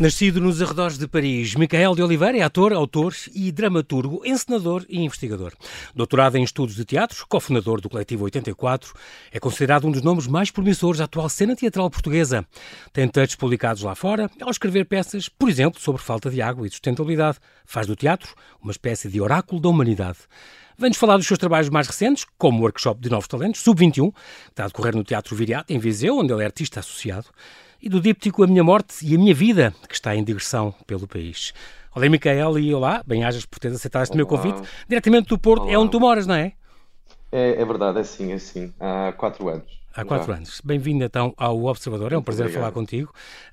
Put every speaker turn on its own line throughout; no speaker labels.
Nascido nos arredores de Paris, Micael de Oliveira é ator, autor e dramaturgo, encenador e investigador. Doutorado em estudos de teatro, cofundador do Coletivo 84, é considerado um dos nomes mais promissores da atual cena teatral portuguesa. Tem textos publicados lá fora, ao escrever peças, por exemplo, sobre falta de água e sustentabilidade. Faz do teatro uma espécie de oráculo da humanidade. Vem-nos falar dos seus trabalhos mais recentes, como o workshop de Novos Talentos, Sub-21, que está a decorrer no Teatro Viriato, em Viseu, onde ele é artista associado, e do díptico A Minha Morte e a Minha Vida, que está em digressão pelo país. Olá, Micael, e olá, bem-ajas por teres aceitado este meu convite. Diretamente do Porto, é onde tu moras, não é?
É verdade, é sim. Há 4 anos.
Há 4 anos. Bem-vindo então ao Observador, é um
Muito
prazer
obrigado.
falar contigo.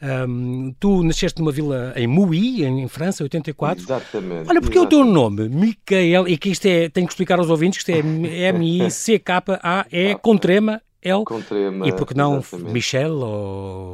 Tu nasceste numa vila em Mouy, em França, 84.
Exatamente.
Olha, porque é o teu nome, Micael, e que isto é, tenho que explicar aos ouvintes que isto é M-I-C-K-A-E, com trema, L,
Com trema,
e porque não
exatamente.
Michel ou...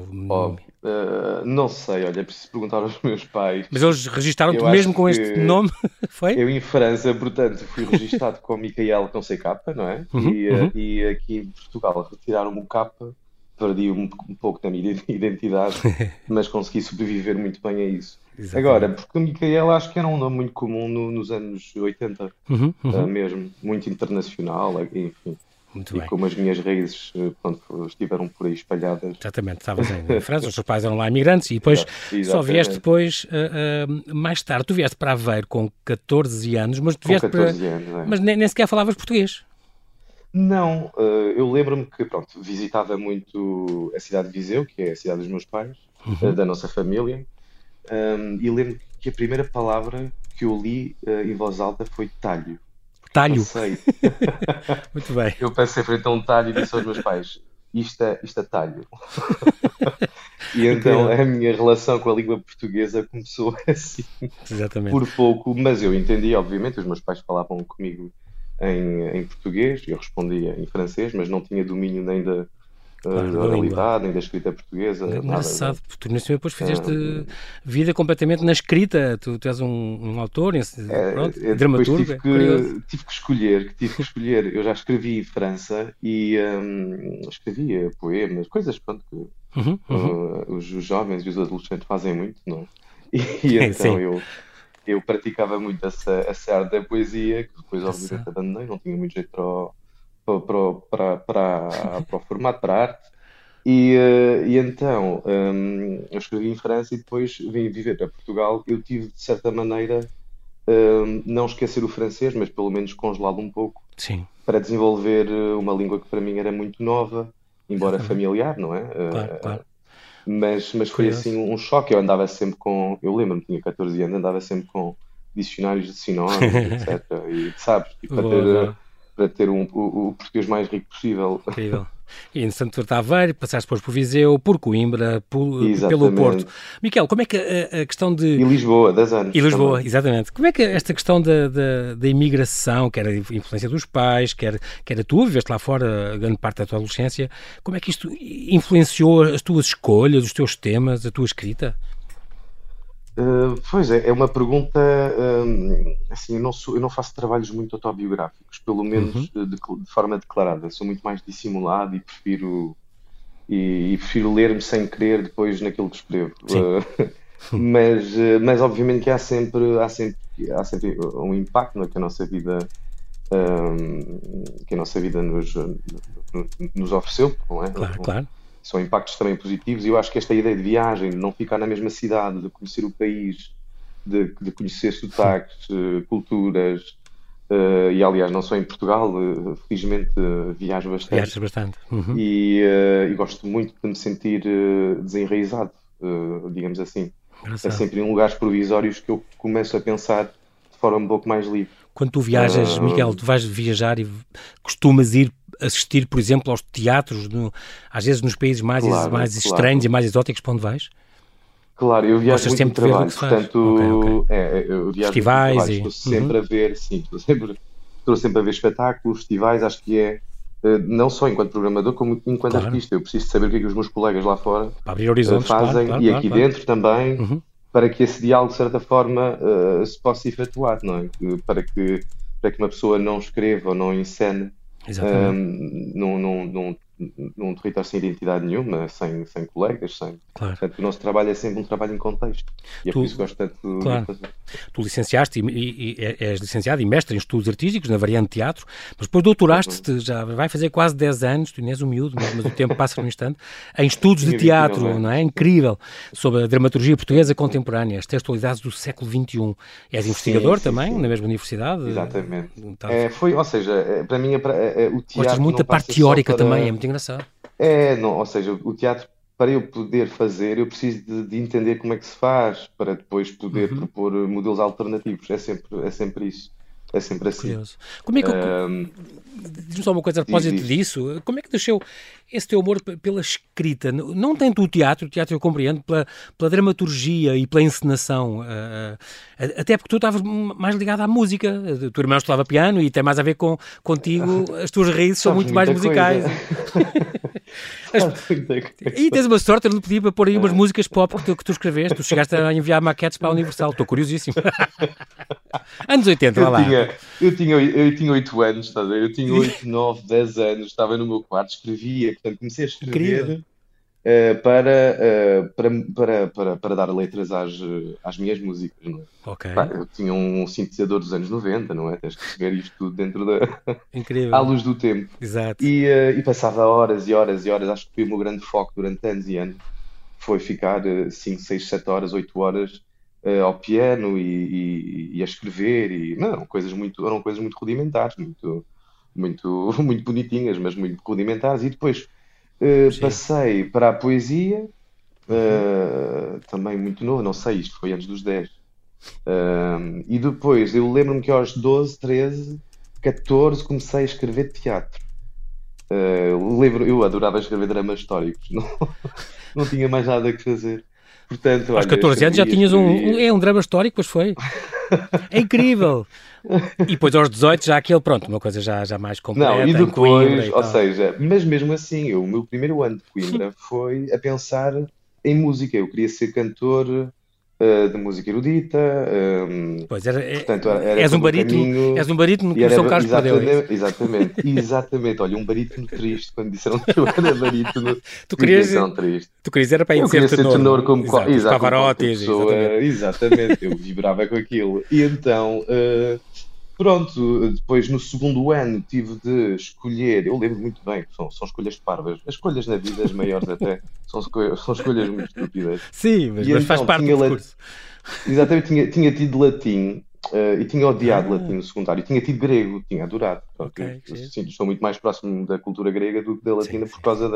Não sei, olha, é preciso perguntar aos meus pais.
Mas eles registaram-te
Eu acho
mesmo com este
que
nome, foi?
eu em França, portanto, fui registado com Micael com CK, não é?
Uhum.
E aqui em Portugal retiraram-me o K, perdi um pouco da minha identidade, mas consegui sobreviver muito bem a isso. Agora,
Exatamente.
porque o Micael acho que era um nome muito comum nos anos 80,
Uhum.
mesmo, muito internacional, enfim.
Muito
E
bem.
como as minhas raízes, pronto, estiveram por aí espalhadas.
Exatamente, estavas em França, os teus pais eram lá imigrantes e depois só vieste
Exatamente.
depois, mais tarde. Tu vieste para Aveiro com 14 anos, mas tu
Com
vieste para...
14 anos, é.
Mas nem sequer falavas português.
Não, eu lembro-me que, pronto, visitava muito a cidade de Viseu, que é a cidade dos meus pais,
Uhum.
da nossa família, e lembro que a primeira palavra que eu li, em voz alta foi talho, porque eu
Talho.
passei,
Muito bem.
eu passei frente a um talho e disse aos meus pais, isto é talho. E então
Incrível.
a minha relação com a língua portuguesa começou assim,
Exatamente.
por pouco, mas eu entendi, obviamente, os meus pais falavam comigo em português, eu respondia em francês, mas não tinha domínio nem
Claro,
da
da língua.
oralidade, nem da escrita portuguesa, nada.
Engraçado, porque tu nesse depois fizeste
Hum,
vida completamente na escrita. Tu és um autor, pronto,
Depois
dramaturgo, é curioso.
tive que escolher. Eu já escrevi em França e escrevia poemas, coisas, pronto, que
Uhum.
os jovens e os adolescentes fazem muito, não é? E então
Sim,
eu praticava muito essa arte da poesia, que depois obviamente
engraçado.
abandonei, não tinha muito jeito para o formato, para a arte. E então eu escrevi em França e depois vim viver para Portugal. Eu tive, de certa maneira, não esquecer o francês, mas pelo menos congelá-lo um pouco,
Sim,
para desenvolver uma língua que para mim era muito nova, embora
exatamente.
familiar, não é?
Claro, claro.
Mas foi assim
Curioso.
um choque. Eu andava sempre com. Eu lembro-me, tinha 14 anos, andava sempre com dicionários de sinónimos, etc. E sabes, tipo,
Boa, boa.
para ter o português mais rico possível.
Incrível. E entretanto tu de Aveiro, passaste depois por Viseu, por Coimbra, pelo Porto.
Exatamente.
Miquel, como é que a questão de...
E Lisboa, 10
E
anos
Lisboa,
também.
exatamente. Como é que esta questão da imigração, quer a influência dos pais, quer a tua, viveste lá fora grande parte da tua adolescência, como é que isto influenciou as tuas escolhas, os teus temas, a tua escrita?
Pois é uma pergunta. Assim, eu não faço trabalhos muito autobiográficos, pelo
Uhum.
menos de forma declarada. Sou muito mais dissimulado e prefiro ler-me sem querer depois naquilo que escrevo.
Sim.
Mas obviamente que há sempre um impacto, não é? Que a nossa vida nos ofereceu, não é?
Claro, claro.
São impactos também positivos e eu acho que esta ideia de viagem, de não ficar na mesma cidade, de conhecer o país, de conhecer sotaques, culturas, e aliás não só em Portugal, felizmente viajo bastante
Viajas bastante. Uhum.
e gosto muito de me sentir desenraizado, digamos assim. É
Engraçado.
sempre em lugares provisórios que eu começo a pensar de forma um pouco mais livre.
Quando tu viajas, Miguel,
Uh,
tu vais viajar e costumas ir assistir, por exemplo, aos teatros, às vezes nos países
claro,
mais estranhos e
claro.
mais exóticos para onde vais?
Claro, eu viajo
Gostas
muito em
sempre de ver o que
trabalho,
se faz? Ok, ok.
portanto, eu viajo muito em
Festivais
trabalho,
e...
estou
Uhum.
sempre a ver, sim, estou sempre a ver espetáculos, festivais, acho que não só enquanto programador, como enquanto
Claro.
artista. Eu preciso de saber o que é que os meus colegas lá fora
Para abrir horizontes, claro,
fazem
claro,
e
claro,
aqui
claro.
dentro também,
Uhum.
para que esse diálogo, de certa forma, se possa efetuar, não é? Para que uma pessoa não escreva ou não encene
Exatamente.
num território sem identidade nenhuma, sem colegas, sem.
Claro.
Portanto, o nosso trabalho é sempre um trabalho em contexto. E é por
Tu,
isso que gosto tanto de o
claro.
fazer.
Tu licenciaste e és licenciado e mestre em estudos artísticos, na variante de teatro, mas depois doutoraste-te, já vai fazer quase 10 anos, tu és um miúdo, mas o tempo passa num instante, em estudos de
Tinha 29
teatro, não
anos.
é? Incrível, sobre a dramaturgia portuguesa contemporânea, as textualidades do século XXI. És
Sim,
investigador
sim,
também, na
sim.
mesma universidade?
Exatamente.
Estás-
Ou seja, para mim o
Gostas
teatro
muito
não
da parte
passa só
teórica também, é
para.
muito engraçado.
Não, ou seja, o teatro, para eu poder fazer, eu preciso de entender como é que se faz, para depois poder
Uhum.
propor modelos alternativos. É sempre isso. É sempre assim.
Curioso. Como é que,
Ahm,
diz-me só uma coisa a
diz,
propósito
diz.
disso, como é que nasceu esse teu amor pela escrita? Não tanto o teatro eu compreendo, pela dramaturgia e pela encenação, até porque tu estavas mais ligado à música, o teu irmão estudava piano e tem mais a ver contigo, as tuas raízes são
Sabes
muito mais
muita coisa.
musicais. As-
Sabes muita
E
coisa.
tens uma sorte, eu não te pedi para pôr aí umas
Ah.
músicas pop que tu escreveste, tu chegaste a enviar maquetes para a Universal, estou curiosíssimo. Anos 80, vá
Eu
lá.
tinha, eu tinha 8 anos, estás a ver? Eu tinha 8, 9, 10 anos, estava no meu quarto, escrevia, portanto comecei a
Incrível.
escrever para dar letras às minhas músicas, não é?
Ok,
Pá, eu tinha um sintetizador dos anos 90, não é? Tens que perceber isto tudo dentro da, à
incrível.
luz do tempo.
Exato.
E passava horas e horas e horas, acho que foi o meu grande foco durante anos e anos, foi ficar 5, 6, 7 horas, 8 horas ao piano e a escrever, não, eram coisas muito rudimentares, muito bonitinhas, mas muito rudimentares, e depois
Sim.
passei para a poesia,
Uhum.
também muito novo, não sei, isto foi antes dos 10. E depois eu lembro-me que aos 12, 13, 14 comecei a escrever teatro. Eu adorava escrever dramas históricos, não tinha mais nada que fazer. Portanto,
Aos
olha,
14 anos já
escrevia,
tinhas
escrevia.
um drama histórico, pois foi. É incrível. E depois aos 18 já aquele, pronto, uma coisa já mais
Não, e
completa, em Coimbra
depois,
e
ou
tal.
seja, mas mesmo assim, o meu primeiro ano de Coimbra foi a pensar em música. Eu queria ser cantor de música erudita,
Pois,
portanto, era todo um caminho.
és um barítono
E
que o
era
São Carlos perdeu, é isso?
exatamente, exatamente, exatamente. Olha, um barítono triste, quando disseram que eu era barítono,
Tu
fiquei
querias,
tão triste.
tu querias era para ir
Eu
de ser
queria ser
tenor,
tenor
não?
como,
Exato, os
como qualquer
Pavarottis,
pessoa,
exatamente.
exatamente, eu vibrava com aquilo. E então, pronto, depois no segundo ano tive de escolher, eu lembro muito bem, são escolhas parvas, as escolhas na vida, as maiores até, são escolhas muito estúpidas.
Sim,
E
mas faz
então
parte do percurso.
exatamente, tinha tido latim, e tinha odiado latim
Ah,
no secundário, tinha tido grego, tinha adorado. Pronto,
ok,
eu
giro.
sinto, estou muito mais próximo da cultura grega do que da
Sim,
latina por
sim,
causa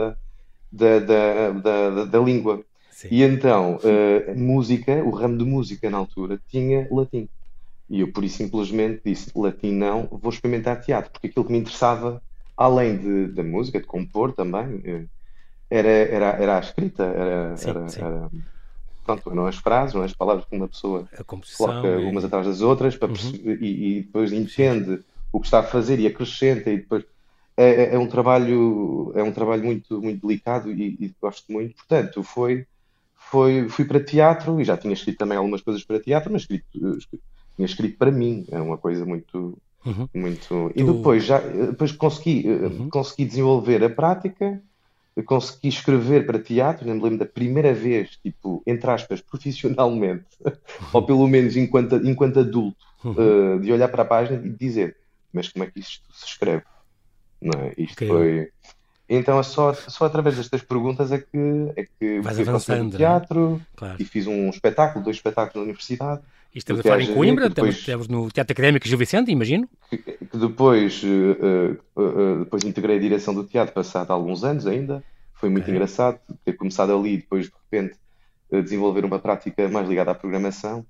da língua.
sim.
E então, música, o ramo de música na altura, tinha latim. E eu, por isso, simplesmente disse: latim não, vou experimentar teatro, porque aquilo que me interessava, além da música, de compor também, era a escrita,
Sim, sim.
pronto, não as frases, não as palavras que uma pessoa
A
coloca
composição
umas
e...
atrás das outras para
Uhum,
e depois
giro.
entende o que está a fazer e acrescenta e depois é um trabalho muito, muito delicado e gosto muito. Portanto, fui para teatro e já tinha escrito também algumas coisas para teatro, mas tinha escrito para mim, era uma coisa muito,
Uhum.
muito. E
Tu...
depois
Uhum.
consegui desenvolver a prática. Eu consegui escrever para teatro, não me lembro da primeira vez, tipo, entre aspas, profissionalmente, ou pelo menos enquanto adulto,
Uhum.
de olhar para a página e de dizer, mas como é que isto se escreve? Não é? Isto
Incrível.
foi. Então é só através destas perguntas é que
Vais
fui aproximando do
avançando, não é?
teatro
Claro.
e fiz um espetáculo, 2 espetáculos na universidade,
E
do
estamos a falar em
TAGV,
Coimbra,
que
estamos,
depois
estamos no Teatro Académico Gil Vicente, imagino.
depois integrei a direção do teatro, passado alguns anos ainda. Foi muito
Ok.
engraçado ter começado ali e depois, de repente, desenvolver uma prática mais ligada à programação.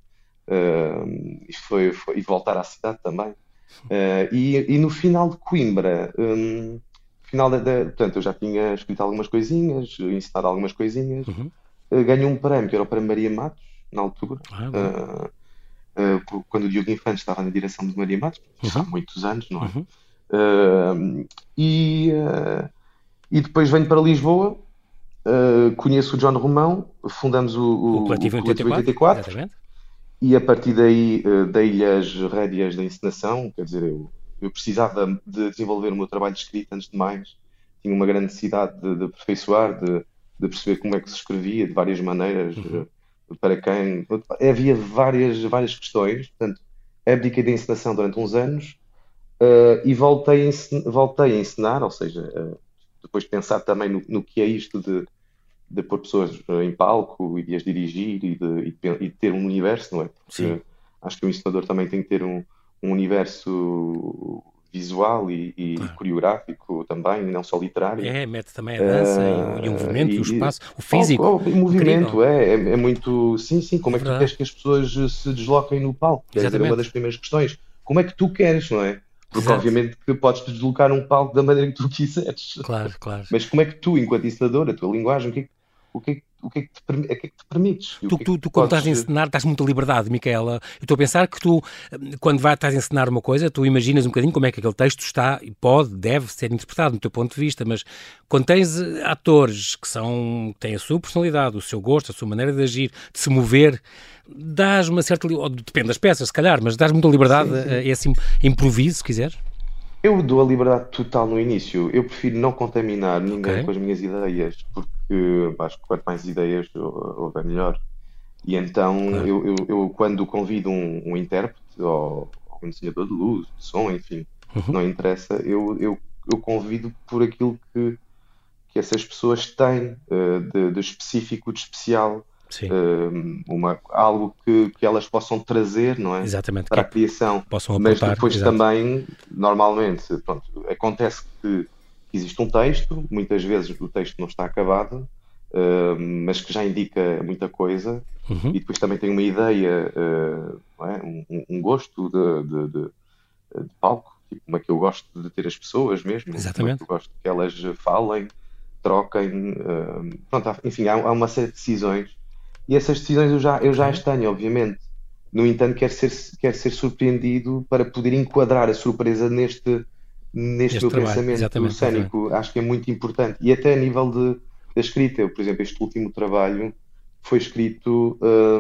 E voltar à cidade também. E no final de Coimbra, final portanto, eu já tinha escrito algumas coisinhas, ensinado algumas coisinhas.
Uhum.
Ganhei um prémio, que era o Prémio Maria Matos, na altura.
Ah, bom.
Uh, quando o Diogo Infante estava na direção de Maria Matos, isso há
Uhum.
muitos anos, não é?
Uhum.
Uh, e, uh, e depois venho para Lisboa, conheço o John Romão, fundamos
O
o
Coletivo
Coletivo
84,
84
exatamente.
e a partir daí dei-lhe as rédeas da encenação, quer dizer, eu precisava de desenvolver o meu trabalho de escrita antes de mais, tinha uma grande necessidade de aperfeiçoar, de perceber como é que se escrevia de várias maneiras, para quem. Havia várias questões, portanto, abdiquei da encenação durante uns anos, e voltei a encenar, ou seja, depois de pensar também no que é isto de pôr pessoas em palco e de as dirigir e de ter um universo, não é?
Sim.
Porque acho que o encenador também tem que ter um universo visual e
Claro.
coreográfico também, e não só literário.
Mete também a dança e o movimento e o espaço, o físico.
O movimento
Incrível.
é muito. Sim, como é que tu
verdade.
queres que as pessoas se desloquem no palco? Quer dizer, uma
Exatamente.
das primeiras questões. Como é que tu queres, não é? Porque
Exato.
obviamente que podes te deslocar num palco da maneira que tu quiseres.
Claro, claro.
Mas como é que tu, enquanto encenador, a tua linguagem, o que é que te permites? E o que é que
Tu, quando estás
podes.
a encenar, estás muita liberdade, Micaela. Eu estou a pensar que tu, quando estás a encenar uma coisa, tu imaginas um bocadinho como é que aquele texto está e deve ser interpretado, do teu ponto de vista, mas quando tens atores que têm a sua personalidade, o seu gosto, a sua maneira de agir, de se mover, dás uma certa... Depende das peças, se calhar, mas dás muita liberdade
Sim, sim.
a esse improviso, se quiseres.
Eu dou a liberdade total no início. Eu prefiro não contaminar ninguém
Ok,
com as minhas ideias, porque acho que quanto mais ideias houver melhor. E então
claro.
eu quando convido um intérprete ou um desenhador de luz, de som, enfim,
Uhum.
não interessa, eu convido por aquilo que essas pessoas têm de específico, de especial,
Sim,
algo que elas possam trazer, não é?
exatamente.
Para a criação.
Possam
Mas
aportar,
depois
exato.
também, normalmente, pronto, acontece que existe um texto, muitas vezes o texto não está acabado, mas que já indica muita coisa,
Uhum.
e depois também tem uma ideia, não é? Um gosto de palco, tipo, como é que eu gosto de ter as pessoas mesmo, como é que
Exatamente.
eu gosto que elas falem, troquem, pronto, enfim, há uma série de decisões, e essas decisões eu já as
Ok.
tenho, obviamente. No entanto, quero ser surpreendido para poder enquadrar a surpresa neste
Este
meu
trabalho,
pensamento
exatamente, exatamente.
cénico. Acho que é muito importante. E até a nível da escrita. Eu, por exemplo, este último trabalho foi escrito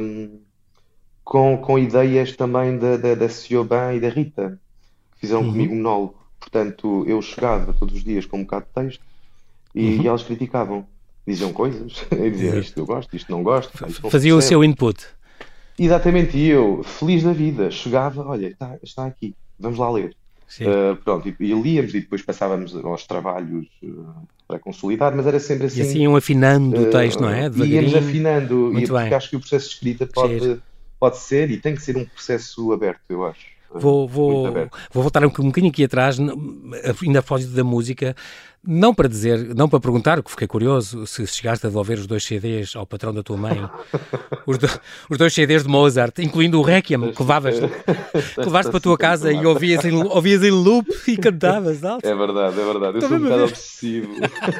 com ideias também da Siobhan e da Rita, que fizeram
Uhum.
comigo um monólogo. Portanto, eu chegava todos os dias com um bocado de texto e
Uhum.
elas criticavam. Diziam coisas, e diziam
Exato.
isto eu gosto, isto não gosto, isto não se
Fazia o
percebe.
seu input.
Exatamente, e eu, feliz da vida, chegava, olha, está aqui, vamos lá ler.
Sim.
Pronto, e líamos e depois passávamos aos trabalhos para consolidar, mas era sempre
E
assim,
assim iam afinando o texto, não é?
e íamos
Devagarinho.
afinando,
Muito
porque
bem.
acho que o processo de escrita
Giro.
pode ser e tem que ser um processo aberto, eu acho,
Vou,
muito
vou,
aberto.
vou voltar um bocadinho aqui atrás, ainda a propósito da música, não para dizer, não para perguntar, que fiquei curioso, se chegaste a devolver os 2 CDs ao patrão da tua mãe, os, do, os 2 CDs de Mozart, incluindo o Requiem, que levaste para a tua
Tenho que
casa e
tomar.
ouvias em loop e cantavas alto.
É verdade, é verdade. Eu
Estou
sou um
mesmo a
bocado
ver.
obsessivo.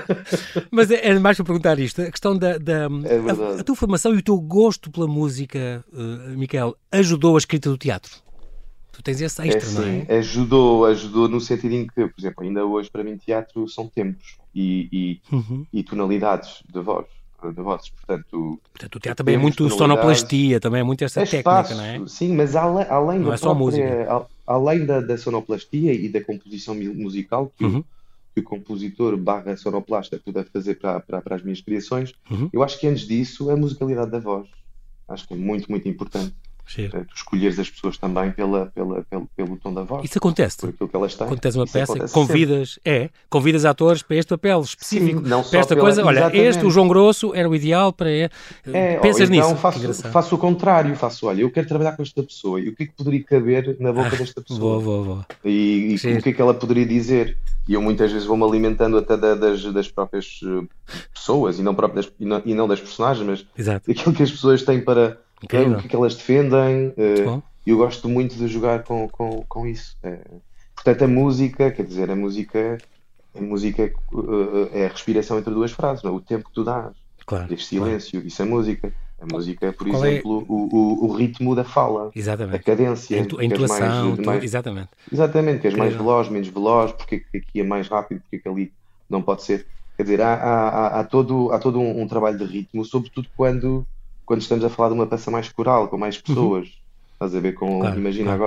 Mas é mais para perguntar isto, a questão
É
a
verdade.
tua formação e o teu gosto pela música, Miquel, ajudou a escrita do teatro? Tu tens esse
É
extra, não
sim,
é?
ajudou no sentido em que, por exemplo, ainda hoje para mim teatro são tempos
Uhum.
e tonalidades de vozes. Portanto,
Portanto, o
o
teatro também é
tempos,
muito
tonalidades,
sonoplastia, também é muito esta
é
técnica, não é?
espaço, sim, mas além
Não
da
é só música.
própria, além da sonoplastia e da composição musical
Uhum,
que o compositor barra sonoplasta puder fazer para as minhas criações,
uhum,
eu acho que antes disso a musicalidade da voz. Acho que é muito, muito importante.
giro.
Tu escolheres as pessoas também pelo tom da voz,
Isso acontece-te?
por aquilo que elas têm.
Quando tens uma
Isso
peça,
acontece sempre.
convidas atores para este papel
Sim,
específico,
não
para
só
esta
pela.
coisa, olha, o
Exatamente.
João Grosso era o ideal para...
Ou
Pensas
então
nisso? Que
faço,
engraçado.
faço o contrário, olha, eu quero trabalhar com esta pessoa e o que é que poderia caber na boca desta
Boa,
pessoa?
boa, boa.
E o
Giro,
que é que ela poderia dizer? E eu muitas vezes vou-me alimentando até das próprias pessoas e não, e não das personagens, mas
exato.
daquilo que as pessoas têm o
Incrível.
que é que elas defendem.
Muito bom.
E eu gosto muito de jogar com isso. Portanto, a música, quer dizer, a música é a respiração entre duas frases, não é? O tempo que tu dás,
Claro,
este
claro.
silêncio, isso é música. A música é, por
Qual é...
exemplo, o ritmo da fala, a
Exatamente.
cadência,
A
queres
intuação,
mais.
exatamente.
Exatamente, queres mais
Incrível.
veloz, menos veloz, porque é que aqui é mais rápido, porque é que ali não pode ser. Quer dizer, há todo um trabalho de ritmo, sobretudo quando estamos a falar de uma peça mais coral, com mais
Uhum.
pessoas. Estás a ver com,
Claro,
imagina
claro.
agora,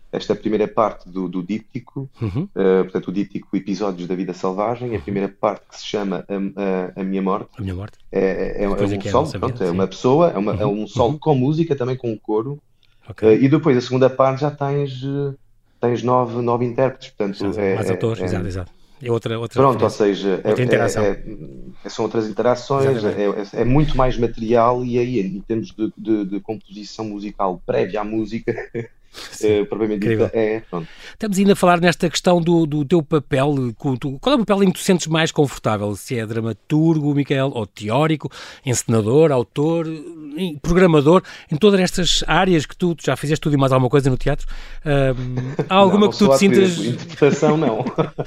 esta primeira parte do díptico, portanto, o díptico Episódios da Vida Selvagem, a primeira parte que se chama A Minha Morte,
A Minha Morte.
é
Depois é
um
que é a
solo,
nossa
pronto,
vida,
é
sim.
uma pessoa, é um solo com música, também com um coro,
Ok.
e depois a segunda parte já tens nove intérpretes,
Já
portanto,
sei. Mais autores, exato, exato. É outra
pronto, ou
referência,
seja,
outra interação.
são outras interações,
Exatamente.
é muito mais material, e aí, em termos de composição musical prévia à música,
Sim,
propriamente
incrível.
dita, pronto.
Estamos ainda a falar nesta questão do teu papel. Qual é o papel em que tu sentes mais confortável? Se é dramaturgo, Micael, ou teórico, encenador, autor, programador, em todas estas áreas que tu já fizeste tudo e mais alguma coisa no teatro, há
Não,
alguma
não
que tu
sou
te
ator,
sintas,
interpretação não.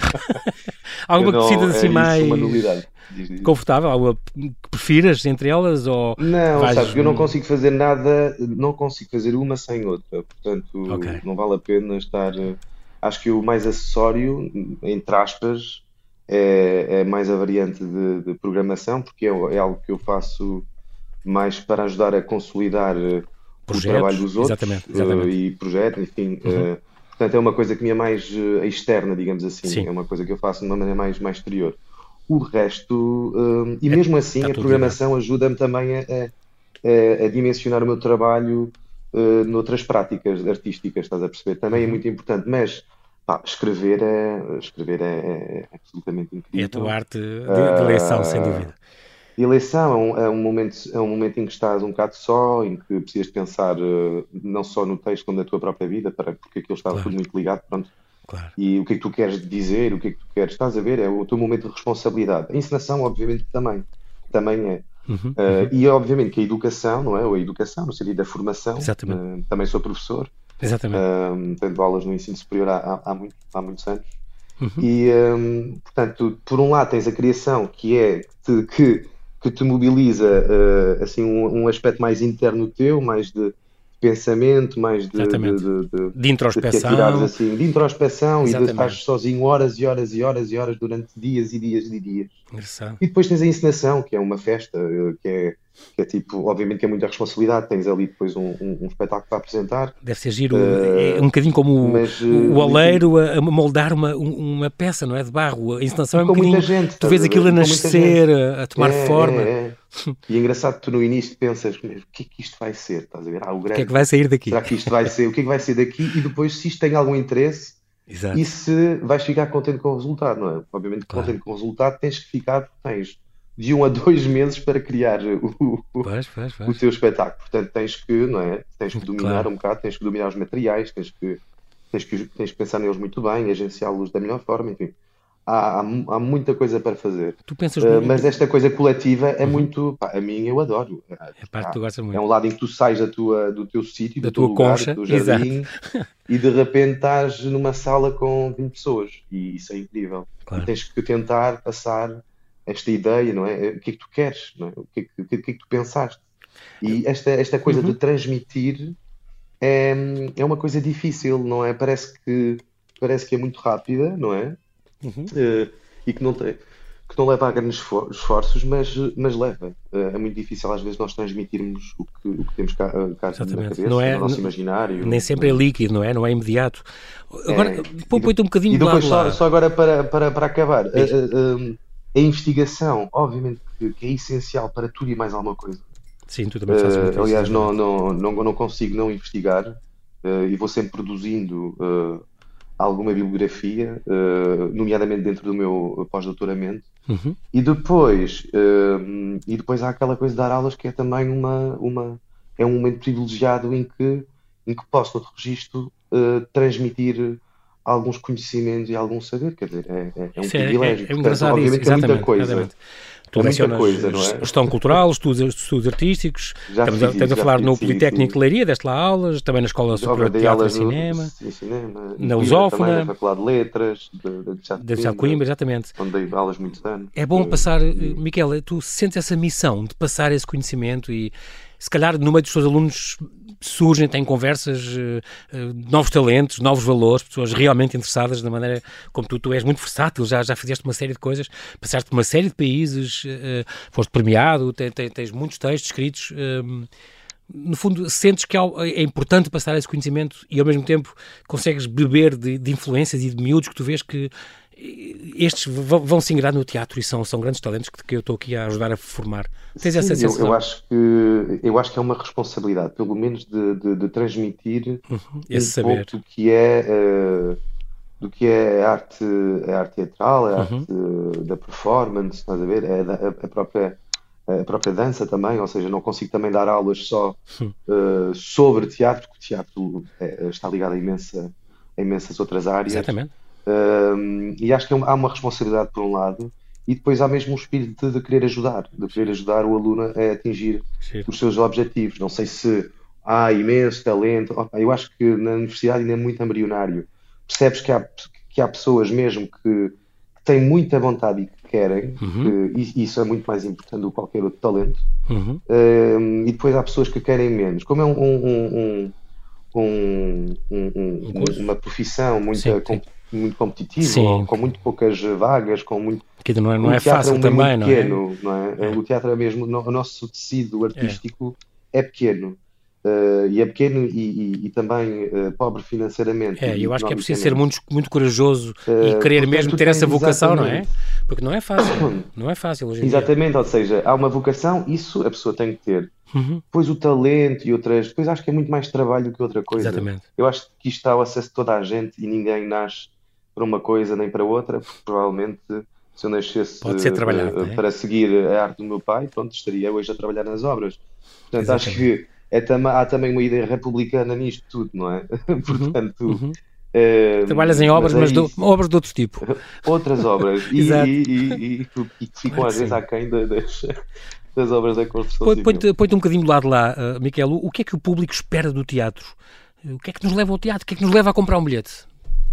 Eu
alguma que te
não,
sintas assim
é isso, uma
mais
nulidade. Diz.
confortável, alguma que prefiras entre elas, ou
Não,
vais...
sabes que eu não consigo fazer nada, não consigo fazer uma sem outra,
Ok,
portanto não vale a pena estar. Acho que o mais acessório, entre aspas, é mais a variante de programação, porque é algo que eu faço mais para ajudar a consolidar o trabalho
projetos,
dos outros
exatamente.
e projetos, enfim.
Uhum.
Portanto, é uma coisa que me é mais externa, digamos assim,
Sim,
é uma coisa que eu faço de uma maneira mais exterior. O resto, e mesmo
está
assim, a
tudo ligado.
programação ajuda-me também a dimensionar o meu trabalho noutras práticas artísticas, estás a perceber? Também é
Uhum.
muito importante, mas pá, escrever é absolutamente
É a tua
incrível.
arte de eleição, sem
Ah,
dúvida.
eleição é um momento em que estás um bocado só, em que precisas pensar não só no texto como na tua própria vida, porque aquilo está
Claro,
tudo muito ligado, pronto.
claro.
E o que é que tu queres dizer, o que é que tu queres, estás a ver? É o teu momento de responsabilidade. A encenação, obviamente, também é.
Uhum, uhum.
E obviamente que a educação, não é? Ou a educação, no sentido da formação,
Exatamente,
também sou professor,
exatamente.
tendo aulas no ensino superior há muitos anos.
Uhum.
E, portanto, por um lado tens a criação, que te mobiliza assim, um aspecto mais interno teu, mais de pensamento, mais
Exatamente. De
de te atirares
introspeção,
assim, de introspeção e de estar
exatamente.
sozinho horas e horas e horas e horas durante dias e dias e dias.
Engraçado.
E depois tens a encenação, que é uma festa, que é tipo, obviamente que é muita responsabilidade, tens ali depois um espetáculo para apresentar,
Deve ser giro, é um
eh,
bocadinho como
mas
o oleiro a moldar uma peça, não é? De barro. A encenação
e
é um
com muita
bocadinho,
gente,
tu
estás
vês
a
aquilo
ver?
a
E com muita gente.
nascer, a
É,
tomar forma.
é, é. E é engraçado que tu no início pensas, o que é que isto vai ser? Estás a ver? O
O que é que
grande.
vai sair daqui?
Será que isto vai ser? O que é que vai ser daqui? E depois, se isto tem algum interesse, e
Exato,
se vais ficar contente com o resultado, não é? Obviamente,
claro.
contente com o resultado, tens que ficar, porque tens de 1 a 2 meses para criar
Pois, pois,
o
pois.
teu espetáculo. Portanto, tens que, não é? Tens que dominar
Claro.
um bocado, tens que dominar os materiais, tens que pensar neles muito bem, agenciá-los da melhor forma, enfim. Há muita coisa para fazer.
Tu pensas
Mas esta coisa coletiva é
Uhum.
muito. Pá, a mim eu adoro.
É a parte que tu gostas
É
muito.
um lado em que tu sais do teu sítio,
Da
do teu
tua
lugar, do
concha,
teu
exato.
jardim, e de repente estás numa sala com 20 pessoas. E isso é incrível. E
Claro.
tens que tentar passar esta ideia, não é? O que é que tu queres? Não é? O que é que tu pensaste? E esta coisa de
Uhum.
transmitir é uma coisa difícil, não é? Parece que é muito rápida, não é?
Uhum.
E que não leva a grandes esforços, mas leva. É muito difícil às vezes nós transmitirmos o que temos cá na
Exatamente. Não
cabeça,
é,
no nosso imaginário.
nem sempre é líquido, não é? Não é imediato. Agora,
É, e, de-
põe-te um bocadinho
e
de
depois,
lado
só,
lá.
só agora para acabar,
Diz.
a investigação, obviamente que é essencial para tudo e mais alguma coisa.
Sim, tu também fazes muito isso,
Aliás, não,
exatamente.
não consigo não investigar e vou sempre produzindo alguma bibliografia, nomeadamente dentro do meu pós-doutoramento.
Uhum.
E depois há aquela coisa de dar aulas que é também é um momento privilegiado em que posso, noutro registro, transmitir alguns conhecimentos e algum saber. Quer dizer, é um
Isso é
privilégio. Portanto,
engraçado isso,
obviamente que é muita
exatamente,
coisa.
exatamente. Tu
É muita
lecionas
coisa, não é?
gestão cultural, estudos artísticos,
Já fiz
estamos a
isso, já
falar
fiz,
no
sim,
Politécnico
sim.
de Leiria, deste lá aulas, também na Escola
Já
Superior de
dei
Teatro e
aulas
Cinema,
em cinema, em
na
Coimbra também, na
Lusófona,
Faculdade de Letras, de Teatro de
da Liceu de
Coimbra,
Coimbra, exatamente.
onde dei aulas muitos anos.
É bom passar,
E
Miquel, tu sentes essa missão de passar esse conhecimento e se calhar no meio dos teus alunos surgem, têm conversas, novos talentos, novos valores, pessoas realmente interessadas na maneira como tu és muito versátil, já fizeste uma série de coisas, passaste por uma série de países, foste premiado, tens muitos textos escritos. no fundo, sentes que é importante passar esse conhecimento e, ao mesmo tempo, consegues beber de influências e de miúdos que tu vês que estes vão se ingrar no teatro e são grandes talentos que eu estou aqui a ajudar a formar. Tens essa sensação?
Eu acho que é uma responsabilidade, pelo menos, de transmitir
esse saber.
Pouco do que é a arte teatral, a arte da performance, estás a ver? A própria dança também, ou seja, não consigo também dar aulas só sobre teatro, porque o teatro está ligado a imensas outras áreas.
Exatamente.
E acho que há uma responsabilidade por um lado, e depois há mesmo um espírito de querer ajudar o aluno a atingir os seus objetivos. Não sei se há imenso talento. Eu acho que na universidade ainda é muito embrionário. Percebes que há pessoas mesmo que têm muita vontade e que querem, e isso é muito mais importante do que qualquer outro talento. E depois há pessoas que querem menos. Como é uma profissão muito competitiva, com muito poucas vagas, com muito...
Que não é fácil também, não é?
Não é? O teatro é mesmo... O nosso tecido artístico é pequeno. E é pequeno e também pobre financeiramente.
Eu acho que é preciso ser muito corajoso e querer mesmo ter essa vocação, não é? Porque não é fácil. Não é fácil hoje em dia.
Exatamente, ou seja, há uma vocação, isso a pessoa tem que ter. Depois o talento e outras... Depois acho que é muito mais trabalho do que outra coisa.
Exatamente.
Eu acho que isto está ao acesso de toda a gente e ninguém nasce para uma coisa nem para outra, porque provavelmente se eu nascesse para seguir a arte do meu pai, pronto, estaria hoje a trabalhar nas obras. Portanto,
Exatamente.
acho que há também uma ideia republicana nisto tudo, não é? Portanto...
Trabalhas em obras, mas obras de outro tipo.
Outras obras. E que ficam às vezes aquém das obras da construção civil.
Põe-te um bocadinho do lado lá, Miquel. O que é que o público espera do teatro? O que é que nos leva ao teatro? O que é que nos leva a comprar um bilhete?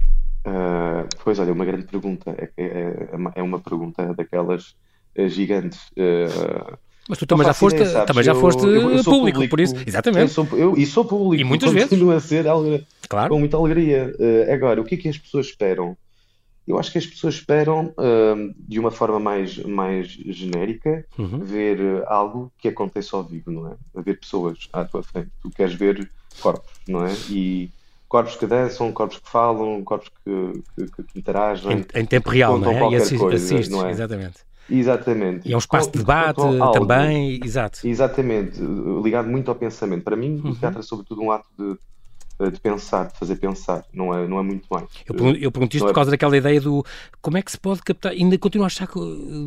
Pois, olha, uma grande pergunta. É uma pergunta daquelas gigantes.
Mas tu também já foste público, por isso. Exatamente.
Sou público.
E muitas vezes.
Continuo a ser
claro.
Com muita alegria. Agora, o que é que as pessoas esperam? Eu acho que as pessoas esperam, de uma forma mais genérica, ver algo que acontece ao vivo, não é? Ver pessoas à tua frente. Tu queres ver corpos, não é? E corpos que dançam, corpos que falam, corpos que interagem.
Em tempo real, não é?
E
assistes,
não é?
Exatamente.
Exatamente.
E é um espaço de debate também, exato.
Exatamente, ligado muito ao pensamento. Para mim, o teatro é sobretudo um ato de pensar, de fazer pensar, não é muito mais.
Eu pergunto isto por causa daquela ideia do como é que se pode captar, ainda continuo a achar que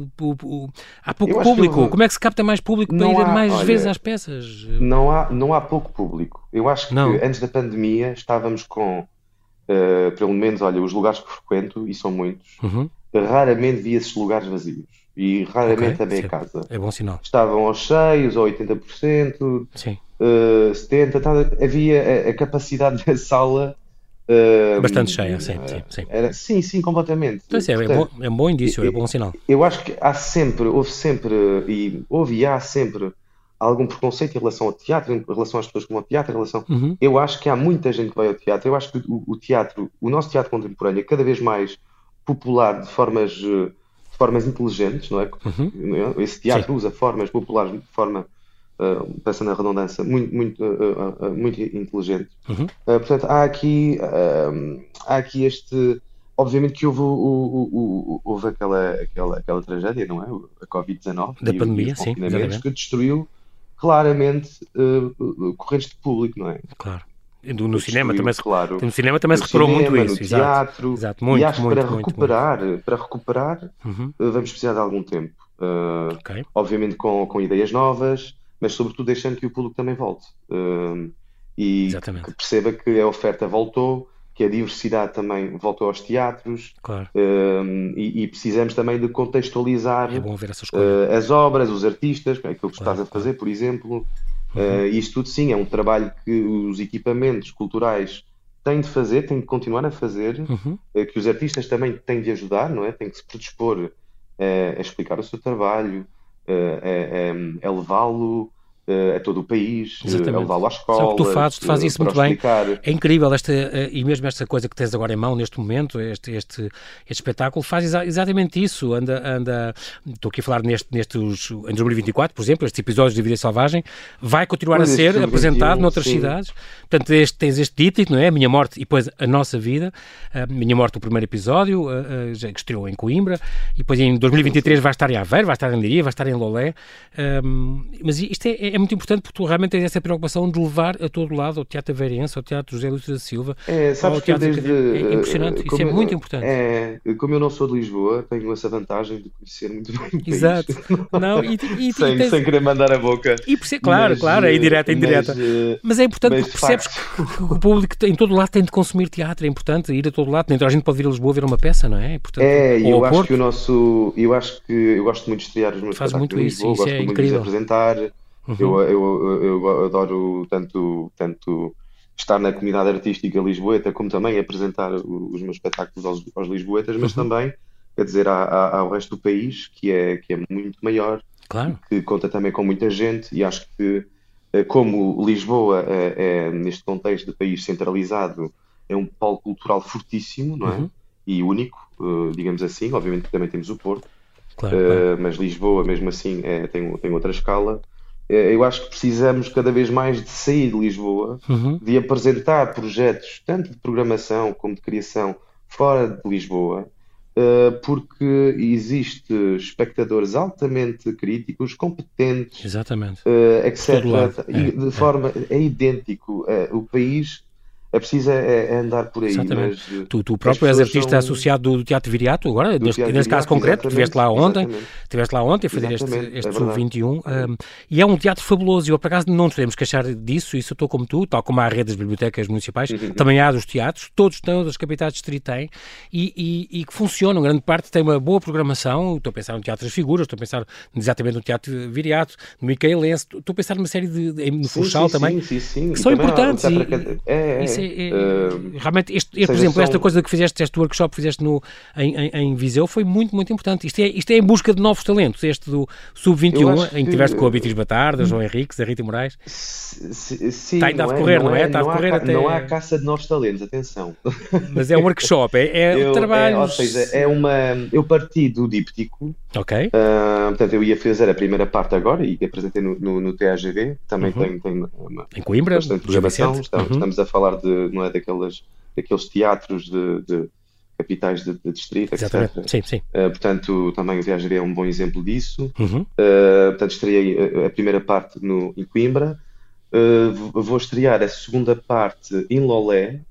há pouco público, como é que se capta mais público para ir mais vezes às peças?
Não há pouco público. Eu acho que antes da pandemia estávamos com, pelo menos, olha, os lugares que frequento, e são muitos, raramente vi esses lugares vazios. E raramente a meia casa.
É bom sinal.
Estavam aos cheios, ou 80%,
sim.
70%. Havia a capacidade da sala...
bastante cheia, sim.
Sim, completamente.
Então, é um bom indício, é bom sinal.
Eu acho que houve e há sempre algum preconceito em relação ao teatro, em relação às pessoas que vão ao teatro, Eu acho que há muita gente que vai ao teatro. Eu acho que o nosso teatro contemporâneo é cada vez mais popular de formas inteligentes, não é? Esse teatro usa formas populares de forma, pensando na redundância, muito inteligente. Portanto, há aqui este... Obviamente que houve aquela tragédia, não é? A Covid-19
da pandemia, sim,
que destruiu claramente correntes de público, não é?
Claro. No cinema também se reparou muito isso.
No teatro.
Exato. Muito,
e acho que para
muito.
recuperar vamos precisar de algum tempo. Obviamente com ideias novas, mas sobretudo deixando que o público também volte. E
exatamente.
Que perceba que a oferta voltou, que a diversidade também voltou aos teatros.
Claro.
E precisamos também de contextualizar
as
obras, os artistas, aquilo que estás a fazer, por exemplo. Isto tudo sim, é um trabalho que os equipamentos culturais têm de fazer, têm de continuar a fazer, que os artistas também têm de ajudar, não é? Têm que se predispor a explicar o seu trabalho, a levá-lo a todo o país,
Exatamente.
a levá-lo às escolas.
Sabe o que tu fazes isso muito bem. É incrível e mesmo esta coisa que tens agora em mão neste momento, este espetáculo, faz exatamente isso. Estou aqui a falar em 2024, por exemplo, estes episódios de Vida Selvagem, vai continuar a ser apresentado noutras cidades. Portanto, tens este título, não é? A Minha Morte e depois A Nossa Vida. A Minha Morte, o primeiro episódio, que estreou em Coimbra, e depois em 2023 vai estar em Aveiro, vai estar em Leiria, vai estar em Lolé. Mas isto é muito importante porque tu realmente tens essa preocupação de levar a todo lado, ao Teatro Aveirense, ao Teatro José Luís da Silva,
ao Teatro
é impressionante, isso é muito importante.
Como eu não sou de Lisboa, tenho essa vantagem de conhecer muito bem o país.
Exato. Não,
sem querer mandar a boca.
Claro, é indireta. Mas é importante porque percebes que o público em todo lado tem de consumir teatro, é importante ir a todo lado, nem toda a gente pode vir a Lisboa ver uma peça, não é? Portanto,
eu acho que eu gosto muito de estrear os meus espetáculos em Lisboa, gosto muito de apresentar. Eu adoro tanto estar na comunidade artística lisboeta, como também apresentar os meus espetáculos aos lisboetas, mas também, quer dizer, ao resto do país, que é muito maior,
claro,
que conta também com muita gente, e acho que, como Lisboa neste contexto de país centralizado, é um polo cultural fortíssimo, não é? E único, digamos assim. Obviamente que também temos o Porto,
claro.
Mas Lisboa, mesmo assim, tem outra escala. Eu acho que precisamos cada vez mais de sair de Lisboa, de apresentar projetos, tanto de programação como de criação, fora de Lisboa, porque existe espectadores altamente críticos, competentes,
exatamente,
etc. De forma, é idêntico. O país é preciso andar por aí.
Exatamente. Mas tu próprio és artista associado do Teatro Viriato, agora, nesse caso concreto, estiveste lá ontem a fazer este Sub-21, e é um teatro fabuloso, e eu por acaso não nos podemos queixar disso, isso eu estou como tu, tal como há a rede das bibliotecas municipais, também há dos teatros, todas as capitais de distrito têm, e que funcionam, grande parte tem uma boa programação. Estou a pensar no Teatro das Figuras, estou a pensar exatamente no Teatro Viriato, no Micaelense, estou a pensar numa série no Funchal também, que são importantes. Realmente, por exemplo, esta coisa que fizeste, este workshop que fizeste em Viseu foi muito, muito importante. Isto é em busca de novos talentos, este do Sub-21, em que tiveste com a Beatriz Batarda, João Henriques, a Rita Moraes.
Sim,
está ainda a decorrer, não é? Está a decorrer até...
Não há caça de novos talentos, atenção.
Mas é um workshop, é trabalho.
Ou seja, eu parti do díptico.
Ok.
Portanto, eu ia fazer a primeira parte agora e apresentei no TAGV, também tem
em Coimbra,
bastante programação. Estamos a falar não é daqueles teatros de capitais de distrito,
exatamente.
etc.
Sim.
Portanto, também o TAGV é um bom exemplo disso. Portanto, estreiei a primeira parte em Coimbra. Vou estrear a segunda parte em Lolé.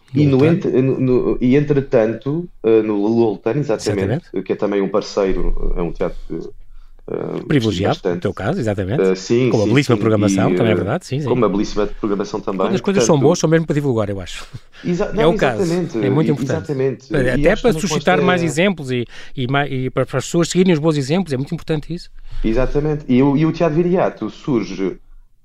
E entretanto, no Loltano, exatamente, que é também um parceiro, é um teatro
privilegiado, no teu caso, exatamente. Com uma belíssima
sim,
programação, também é verdade. Sim.
Com uma belíssima programação também.
Quando as coisas são boas, são mesmo para divulgar, eu acho. É o caso. É muito importante. Até para suscitar mais exemplos e para as pessoas seguirem os bons exemplos, é muito importante isso.
Exatamente. E o Teatro Viriato surge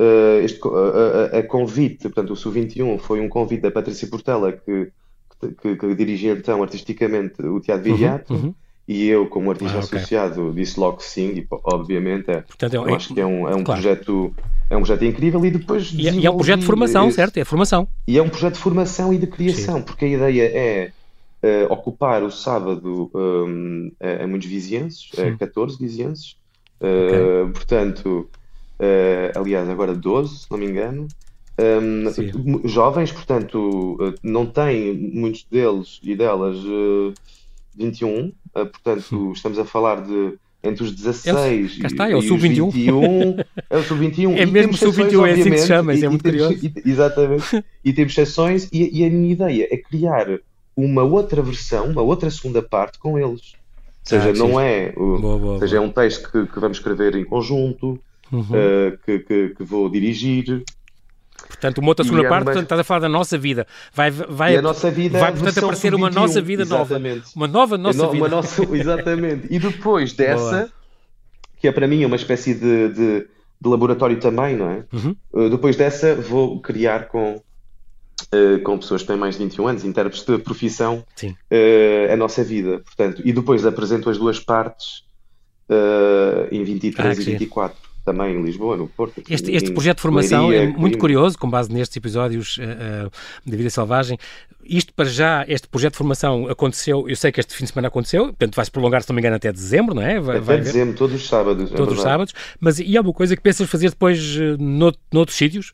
a convite, portanto, o Sub-21 foi um convite da Patrícia Portela, que dirigia então artisticamente o Teatro Viriato. E eu, como artista associado, disse logo que sim, e obviamente
portanto,
eu acho que é um projeto incrível. E depois
e é um projeto de formação, certo? É formação.
E é um projeto de formação e de criação, porque a ideia é ocupar o sábado a muitos vizienses, 14 vizienses, portanto, aliás, agora 12, se não me engano, jovens, portanto, não têm muitos deles e delas 21, portanto, estamos a falar de entre os 16
é o Sub-21.
21. É o Sub-21.
É mesmo Sub-21, é assim que se chama, isso é muito curioso.
Exatamente. E temos exceções, e a minha ideia é criar uma outra versão, uma outra segunda parte com eles. Ou seja, não é... é um texto que vamos escrever em conjunto, que vou dirigir.
Portanto, uma outra segunda parte, portanto, estás a falar da nossa vida. Vai
a nossa vida,
portanto, aparecer uma nossa vida nova. Uma nova nossa vida.
Exatamente. E depois dessa, que é para mim uma espécie de laboratório também, não é? Depois dessa, vou criar com pessoas que têm mais de 21 anos, intérpretes de profissão, a nossa vida. Portanto, e depois apresento as duas partes em 23 e 24. também em Lisboa, no Porto.
Este projeto de formação
Leiria,
é muito curioso, com base nestes episódios da Vida Selvagem. Isto para já, este projeto de formação aconteceu, eu sei que este fim de semana aconteceu, portanto vai-se prolongar, se não me engano, até dezembro, não é?
Até dezembro, todos os sábados.
Todos os sábados. Mas e há uma coisa que pensas fazer depois noutros sítios?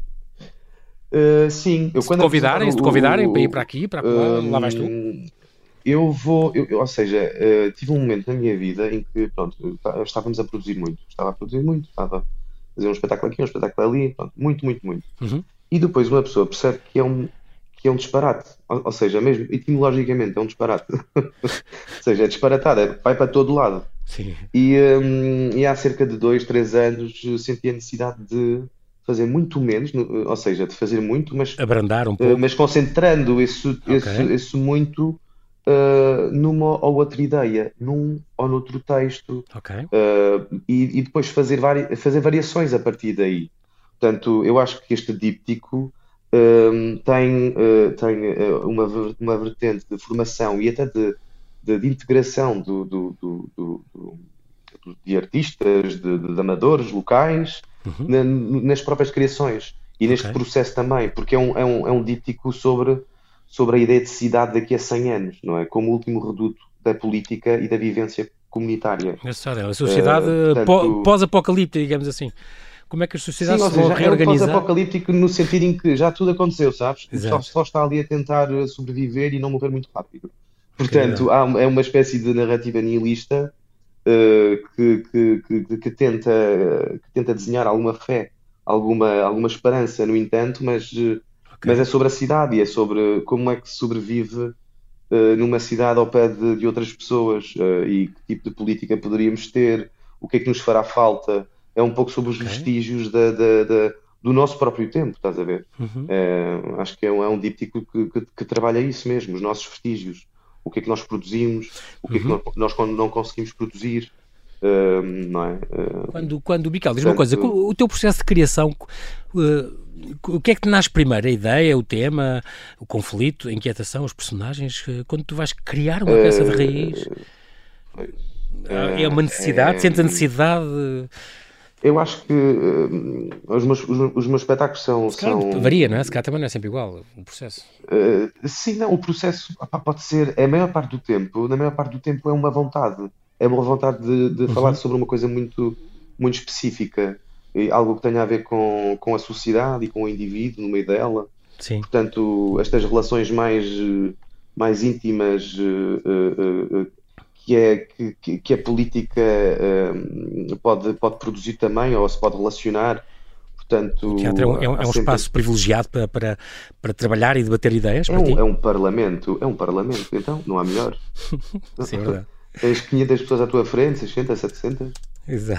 Sim.
Se te convidarem para ir para aqui, para lá, lá vais tu?
Ou seja, tive um momento na minha vida em que, pronto, estávamos a produzir muito. Estava a produzir muito, estava a fazer um espetáculo aqui, um espetáculo ali, pronto, muito, muito, muito.
Uhum.
E depois uma pessoa percebe que é um disparate. Ou seja, mesmo etimologicamente é um disparate. Ou seja, é disparatada, vai para todo lado.
Sim.
E há cerca de 2, 3 anos senti a necessidade de fazer muito menos, ou seja, de fazer muito, mas
abrandar um pouco,
mas concentrando esse muito numa ou outra ideia, num ou noutro texto,
ok,
e depois fazer variações a partir daí. Portanto, eu acho que este díptico tem uma vertente de formação e até de integração de artistas, de amadores locais, nas próprias criações e neste processo também, porque é um díptico sobre a ideia de cidade daqui a 100 anos, não é? Como o último reduto da política e da vivência comunitária.
A sociedade pós-apocalíptica, digamos assim. Como é que as sociedades
se
vão reorganizar?
É um pós-apocalíptico no sentido em que já tudo aconteceu, sabes? Só está ali a tentar sobreviver e não morrer muito rápido. Portanto, é uma espécie de narrativa nihilista que tenta desenhar alguma fé, alguma esperança, no entanto, mas é sobre a cidade e é sobre como é que se sobrevive numa cidade ao pé de outras pessoas e que tipo de política poderíamos ter, o que é que nos fará falta. É um pouco sobre os vestígios do nosso próprio tempo, estás a ver? Acho que é um díptico que trabalha isso mesmo, os nossos vestígios. O que é que nós produzimos, o que é que nós não conseguimos produzir, não é?
Quando Miquel, diz uma coisa, o teu processo de criação, o que é que te nasce primeiro? A ideia, o tema, o conflito, a inquietação, os personagens? Quando tu vais criar uma peça de raiz, é uma necessidade? Sentes a necessidade?
Eu acho que os meus espetáculos são...
Varia, não é? Se calhar também não é sempre igual o processo.
Sim, não, o processo pode ser, na maior parte do tempo é uma vontade. É uma vontade de falar sobre uma coisa muito, muito específica. Algo que tenha a ver com a sociedade e com o indivíduo no meio dela.
Sim.
Portanto, estas relações mais íntimas que a política pode produzir também, ou se pode relacionar. Portanto,
o teatro é um espaço privilegiado para trabalhar e debater ideias.
É um parlamento, então não há melhor.
Sim, é verdade.
Tens 500 pessoas à tua frente, 600, 700.
Exato.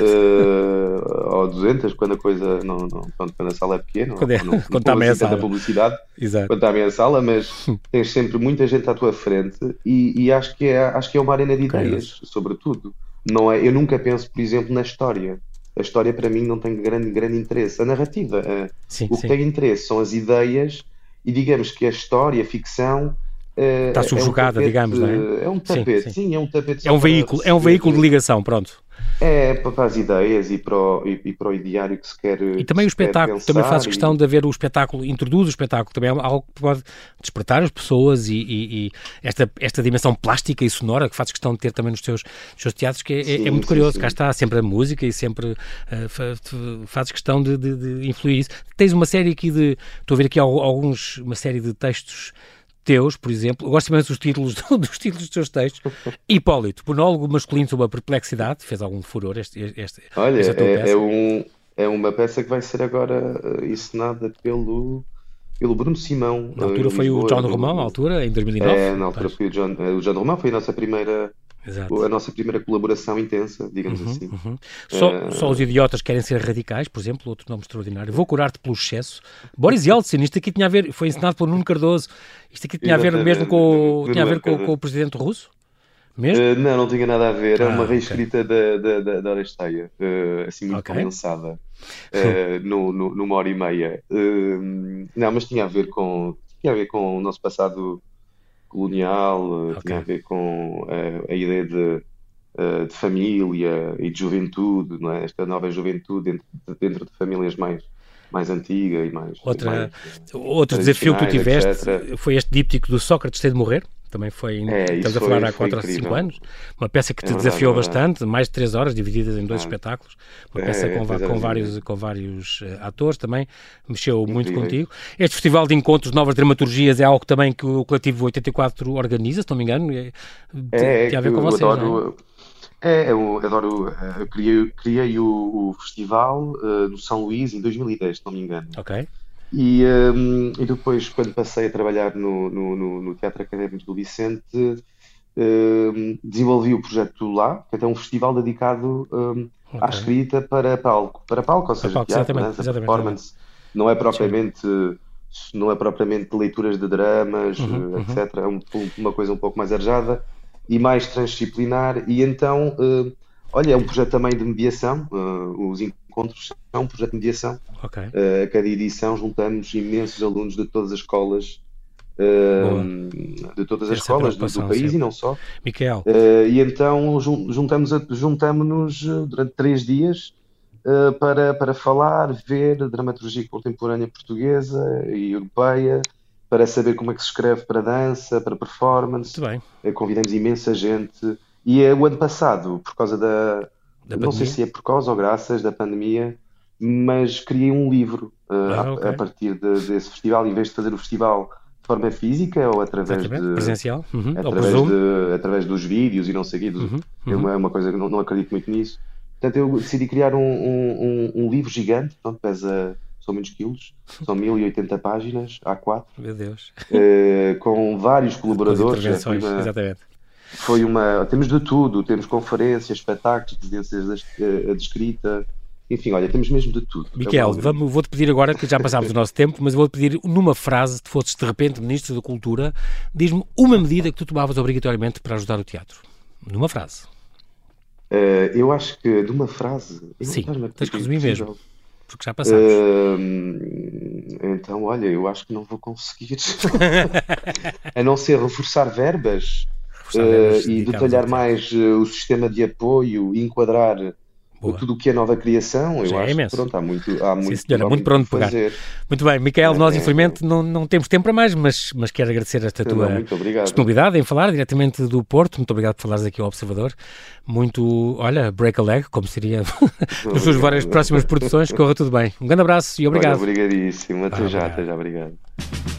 Ou 200, quando a coisa quando a sala é pequena,
quando está meia sala.
Publicidade,
exato.
Quando está meia sala, mas tens sempre muita gente à tua frente e acho que é uma arena de ideias, sobretudo. Não é, eu nunca penso, por exemplo, na história. A história para mim não tem grande interesse. A narrativa, o que tem interesse são as ideias e digamos que a história, a ficção
está subjugada, digamos, não é?
É um tapete, sim, é um tapete.
É um veículo de ligação, pronto.
É para as ideias e para o ideário que se quer.
E também o espetáculo, também faz questão de haver o espetáculo, introduz o espetáculo, também é algo que pode despertar as pessoas e esta dimensão plástica e sonora que fazes questão de ter também nos teus teatros, que é muito curioso. Sim. Cá está sempre a música e sempre fazes questão de influir isso. Tens uma série aqui estou a ver aqui uma série de textos teus, por exemplo, eu gosto imenso dos títulos dos teus textos. Hipólito, monólogo masculino sobre a perplexidade, fez algum furor
Olha, é uma peça que vai ser agora encenada pelo Bruno Simão.
Na altura foi o John Romão, na altura, em 2009.
Na altura foi o John Romão, foi a nossa primeira colaboração intensa, digamos assim.
Só os idiotas querem ser radicais, por exemplo, outro nome extraordinário. Vou curar-te pelo excesso. Boris Yeltsin, isto aqui tinha a ver, foi ensinado pelo Nuno Cardoso. Isto aqui tinha a ver mesmo com o presidente russo? Mesmo?
Não tinha nada a ver. É uma reescrita da Oresteia, assim muito condensada, numa hora e meia. Não, mas tinha a ver com o nosso passado colonial, tinha a ver com a ideia de família e de juventude, não é? Esta nova juventude dentro de famílias mais antigas e mais
Outro desafio que tu tiveste
etc.
foi este díptico do Sócrates tem de morrer. Também foi, estamos a falar há 4 ou 5 anos, uma peça que te desafiou bastante, mais de 3 horas, divididas em 2 espetáculos, uma peça com vários atores, também mexeu muito contigo. Este Festival de Encontros de Novas Dramaturgias é algo também que o Coletivo 84 organiza, se não me engano, tem a ver com vocês, não é?
Eu adoro, eu criei o festival no São Luís em 2010, se não me engano.
Ok.
E depois, quando passei a trabalhar no Teatro Académico do Vicente, desenvolvi o projeto lá, que é um festival dedicado à escrita para palco, ou seja, teatro, dança, performance. Não é propriamente leituras de dramas, etc. É uma coisa um pouco mais arejada e mais transdisciplinar. E então, olha, é um projeto também de mediação. Os encontros são um projeto de mediação.
Okay.
A cada edição juntamos imensos alunos de todas as escolas, do país e não só.
Miquel.
E então juntamos-nos durante 3 dias para falar, ver a dramaturgia contemporânea portuguesa e europeia, para saber como é que se escreve para dança, para performance.
Muito bem.
Convidamos imensa gente. E o ano passado, por causa não sei se é por causa ou graças da pandemia, mas criei um livro a partir desse festival, em vez de fazer o festival de forma física ou através
presencial,
através dos vídeos e não sei o quê. É uma coisa que não acredito muito nisso. Portanto, eu decidi criar um livro gigante, pesa, são muitos quilos, são 1080 páginas, A4.
Meu Deus.
Com vários colaboradores.
Exatamente.
Temos de tudo, temos conferências, espetáculos, residências de escrita, enfim, olha, temos mesmo de tudo.
Miquel, vou-te pedir agora, que já passámos o nosso tempo, mas vou-te pedir numa frase, se fosses de repente Ministro da Cultura, diz-me uma medida que tu tomavas obrigatoriamente para ajudar o teatro. Numa frase.
Eu acho que de uma frase...
Sim, tens que resumir mesmo, porque já passámos.
Então, olha, eu acho que não vou conseguir. A não ser reforçar verbas e detalhar mais o sistema de apoio e enquadrar tudo o que é nova criação. Eu acho que pronto, há muito
Sim, senhora, muito para onde pegar. Muito bem, Miquel, nós infelizmente não temos tempo para mais, mas quero agradecer esta tua disponibilidade em falar diretamente do Porto. Muito obrigado por falares aqui ao Observador. Olha, break a leg, como seria nas suas várias próximas produções. Corra tudo bem. Um grande abraço e obrigado.
Obrigadíssimo. Até já, obrigado.